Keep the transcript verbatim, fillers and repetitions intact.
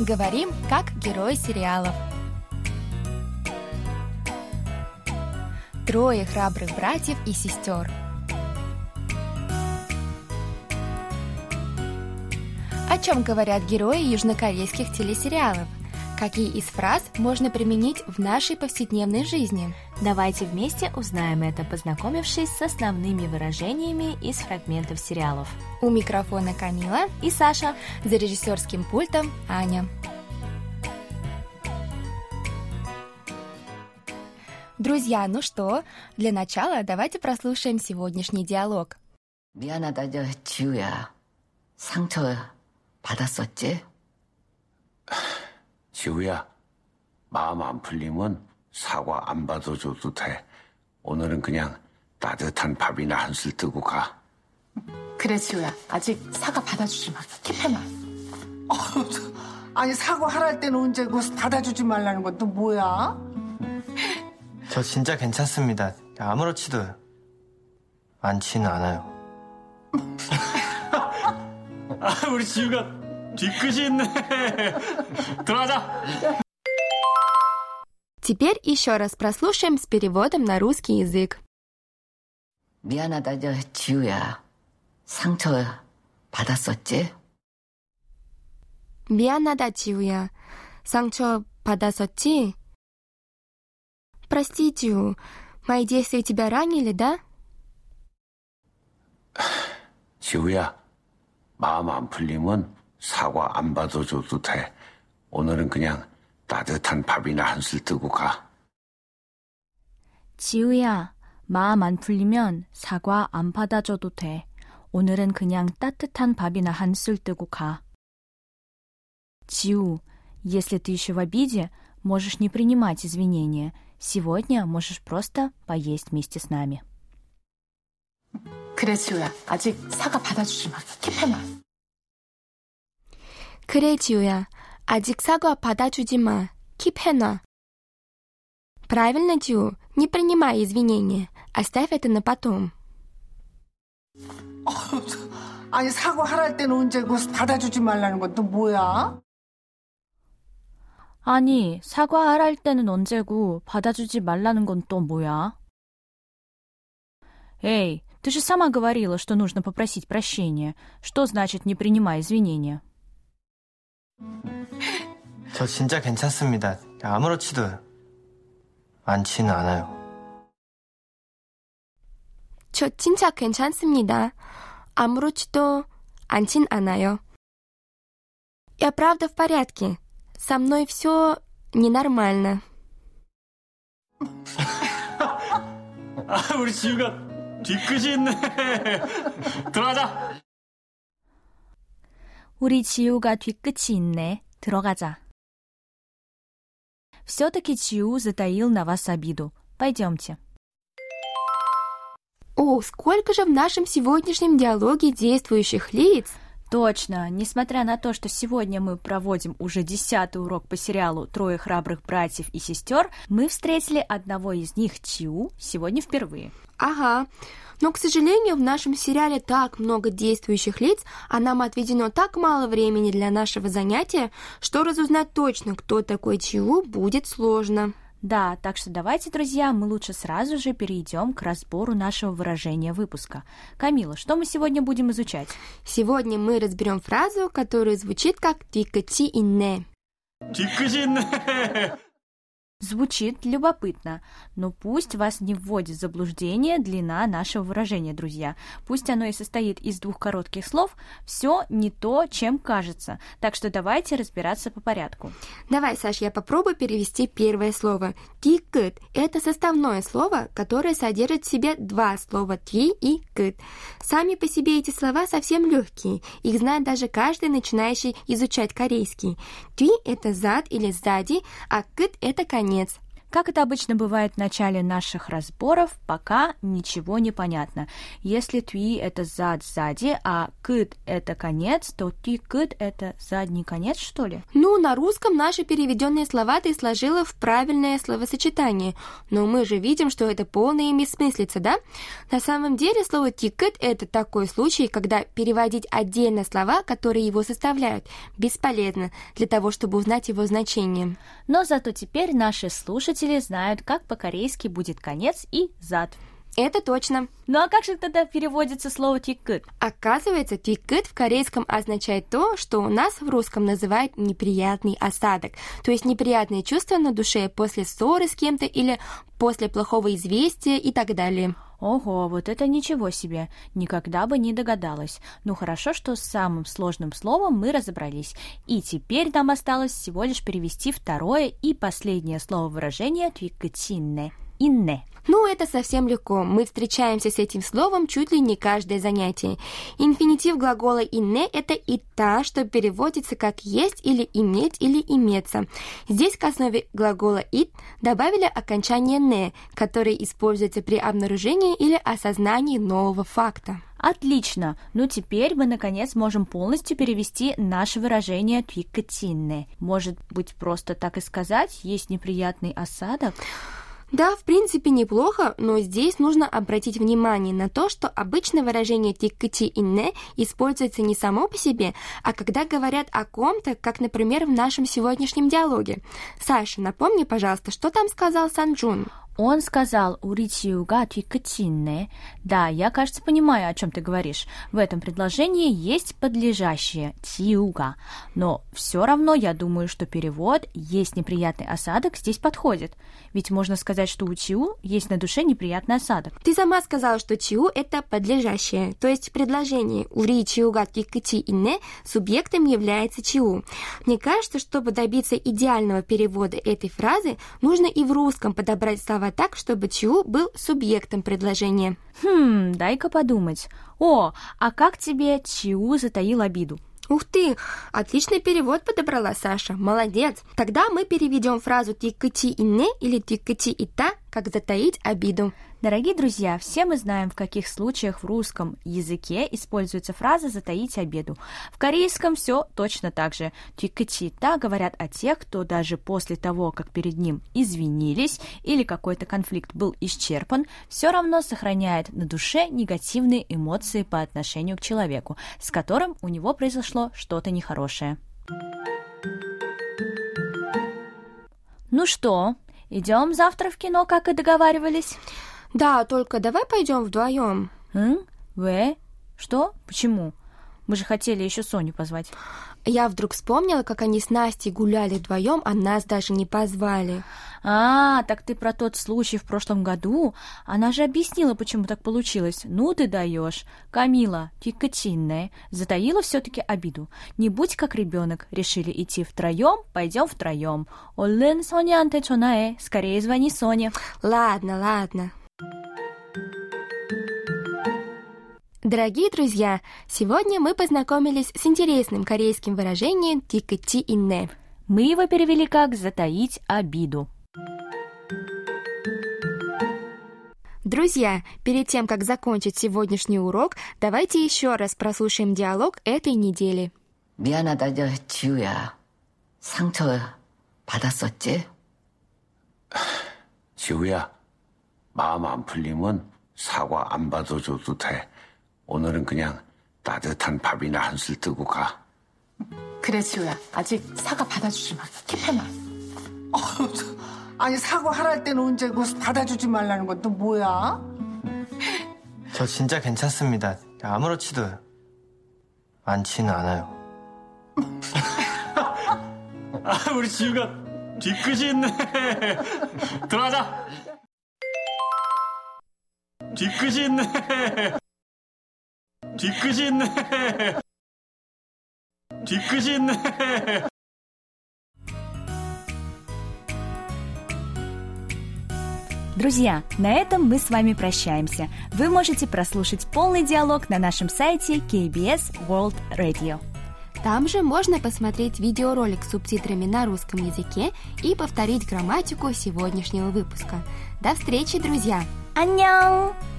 Говорим, как герои сериалов. Трое храбрых братьев и сестер. О чем говорят герои южнокорейских телесериалов? Какие из фраз можно применить в нашей повседневной жизни? Давайте вместе узнаем это, познакомившись с основными выражениями из фрагментов сериалов. У микрофона Камила и Саша. За режиссерским пультом Аня. Друзья, ну что, для начала давайте прослушаем сегодняшний диалог. 미안하다, 저 지우야. 상처 받았었지? 지우야, 마음 안 풀리면 사과 안 받아줘도 돼. 오늘은 그냥 따뜻한 밥이나 한술 뜨고 가. 그래, 지우야. 아직 사과 받아주지 마. 킵해놔. 어, 아니, 사과하랄 때는 언제고 받아주지 말라는 건 또 뭐야? 저 진짜 괜찮습니다. 아무렇지도 않지는 않아요. 아, 우리 지우가 뒤끝이 있네. 들어가자. Теперь еще раз прослушаем с переводом на русский язык. 미안하다, 저 지우야. 상처 받았었지? 미안하다, 지우야. 상처 받았었지? Прости, Дю, мои действия тебя ранили, да? 지우야, 마음 안 풀리면 사과 안 받아줘도 돼. 오늘은 그냥 따뜻한 밥이나 한술 뜨고 가. 지우야, 마음 안 풀리면 사과 안 받아줘도 돼. 오늘은 그냥 따뜻한 밥이나 한술 뜨고 가. 지우, если ты еще в обиде, можешь не принимать извинения. Сегодня можешь просто поесть вместе с нами. 그래, 지우야. 아직 사과 받아주지 마. 킵해놔. 그래, 지우야. 아직 사과 받아주지 마. 킵해놔. Правильно, Дю. Не принимай извинения. Оставь это на потом. 어, 아니, 사과하랄 때는 언제고 받아주지 말라는 건 또 뭐야? 아니, 사과할 때는 언제고 받아주지 말라는 건 또 뭐야? Эй, ты же сама говорила, что нужно попросить прощения. Что значит не принимай извинения? 저 진짜 괜찮습니다. 아무렇지도 않지는 않아요. 저 진짜 괜찮습니다. 아무렇지도 않진 않아요. Я правда в порядке. Со мной все ненормально. 아, 우리 지우가 뒤끝이 있네. 들어가자. 우리 지우가 뒤끝이 있네. 들어가자. Все-таки Чиу затаил на вас обиду. Пойдемте. О, сколько же в нашем сегодняшнем диалоге действующих лиц! Точно. Несмотря на то, что сегодня мы проводим уже десятый урок по сериалу «Трое храбрых братьев и сестер», мы встретили одного из них, Чиу, сегодня впервые. Ага. Но, к сожалению, в нашем сериале так много действующих лиц, а нам отведено так мало времени для нашего занятия, что разузнать точно, кто такой Чиу, будет сложно. Да, так что давайте, друзья, мы лучше сразу же перейдем к разбору нашего выражения выпуска. Камила, что мы сегодня будем изучать? Сегодня мы разберем фразу, которая звучит как «뒤끝이 있네». 뒤끝이 있네. Звучит любопытно, но пусть вас не вводит в заблуждение длина нашего выражения, друзья. Пусть оно и состоит из двух коротких слов, все не то, чем кажется. Так что давайте разбираться по порядку. Давай, Саш, я попробую перевести первое слово. «뒤끝» — это составное слово, которое содержит в себе два слова «ти» и «кыт». Сами по себе эти слова совсем легкие. Их знает даже каждый начинающий изучать корейский. «Ти» — это «зад» или «сзади», а «кыт» — это «конец». Как это обычно бывает в начале наших разборов, пока ничего не понятно. Если тви это зад сзади, а кыт это конец, то ти кыт это задний конец, что ли? Ну, на русском наши переведенные слова ты сложила в правильное словосочетание, но мы же видим, что это полная бессмыслица, да? На самом деле слово тикет это такой случай, когда переводить отдельно слова, которые его составляют, бесполезно для того, чтобы узнать его значение. Но зато теперь наши слушатели знают, как по-корейски будет конец и зад. Это точно. Ну а как же тогда переводится слово тикет? Оказывается, тикет в корейском означает то, что у нас в русском называют неприятный осадок, то есть неприятные чувства на душе после ссоры с кем-то или после плохого известия и так далее. Ого, вот это ничего себе, никогда бы не догадалась. Ну хорошо, что с самым сложным словом мы разобрались. И теперь нам осталось всего лишь перевести второе и последнее слово выражения твикетинне. Инне. Ну, это совсем легко. Мы встречаемся с этим словом чуть ли не каждое занятие. Инфинитив глагола «инне» — это «и та», что переводится как «есть» или «иметь» или «иметься». Здесь к основе глагола «ит» добавили окончание «не», которое используется при обнаружении или осознании нового факта. Отлично! Ну теперь мы, наконец, можем полностью перевести наше выражение «твикетинне». Может быть, просто так и сказать «есть неприятный осадок»? Да, в принципе, неплохо, но здесь нужно обратить внимание на то, что обычно выражение «тиккати инне» используется не само по себе, а когда говорят о ком-то, как, например, в нашем сегодняшнем диалоге. Саша, напомни, пожалуйста, что там сказал Санджун? Он сказал «Ури Чиуга твикетинне». Да, я, кажется, понимаю, о чем ты говоришь. В этом предложении есть подлежащее «тиуга». Но все равно я думаю, что перевод «есть неприятный осадок» здесь подходит. Ведь можно сказать, что у Чиу есть на душе неприятный осадок. Ты сама сказала, что Чиу – это подлежащее. То есть в предложении «Ури Чиуга твикети инне» субъектом является Чиу. Мне кажется, чтобы добиться идеального перевода этой фразы, нужно и в русском подобрать слова так, чтобы Чиу был субъектом предложения. Хм, дай-ка подумать. О, а как тебе Чиу затаил обиду? Ух ты, отличный перевод подобрала Саша, молодец. Тогда мы переведем фразу «тиккати инне» или «тиккати ита» как затаить обиду. Дорогие друзья, все мы знаем, в каких случаях в русском языке используется фраза «затаить обиду». В корейском все точно так же. «Тиккати ита» говорят о тех, кто даже после того, как перед ним извинились или какой-то конфликт был исчерпан, все равно сохраняет на душе негативные эмоции по отношению к человеку, с которым у него произошло что-то нехорошее. Ну что, идем завтра в кино, как и договаривались? Да, только давай пойдем вдвоем. М? Вэ? Что? Почему? Мы же хотели еще Соню позвать. Я вдруг вспомнила, как они с Настей гуляли вдвоем, а нас даже не позвали. А, так ты про тот случай в прошлом году? Она же объяснила, почему так получилось. Ну ты даешь. Камила, тиккатинне, затаила все-таки обиду. Не будь как ребенок. Решили идти втроем, пойдем втроем. Оллен Соняанте чонае. Скорее звони Соне. Ладно, ладно. Дорогие друзья, сегодня мы познакомились с интересным корейским выражением «тиккати инне». Мы его перевели как «затаить обиду». Друзья, перед тем, как закончить сегодняшний урок, давайте еще раз прослушаем диалог этой недели. 미안하다, 저 지우야. 상처 받았었지? 지우야, 마음 안 풀리면 사과 안 받아줘도 돼. 오늘은 그냥 따뜻한 밥이나 한술 뜨고 가. 그래, 지우야. 아직 사과 받아주지 마. 괜찮아. 어휴, 저, 아니 사과하랄 때는 언제고 받아주지 말라는 건 또 뭐야? 저 진짜 괜찮습니다. 아무렇지도 많지는 않아요. 아, 우리 지우가 뒤끝이 있네. 들어가자. 뒤끝이 있네. 뒤끝이 있네. 뒤끝이 있네. Друзья, на этом мы с вами прощаемся. Вы можете прослушать полный диалог на нашем сайте кей би эс World Radio. Там же можно посмотреть видеоролик с субтитрами на русском языке и повторить грамматику сегодняшнего выпуска. До встречи, друзья! 안녕!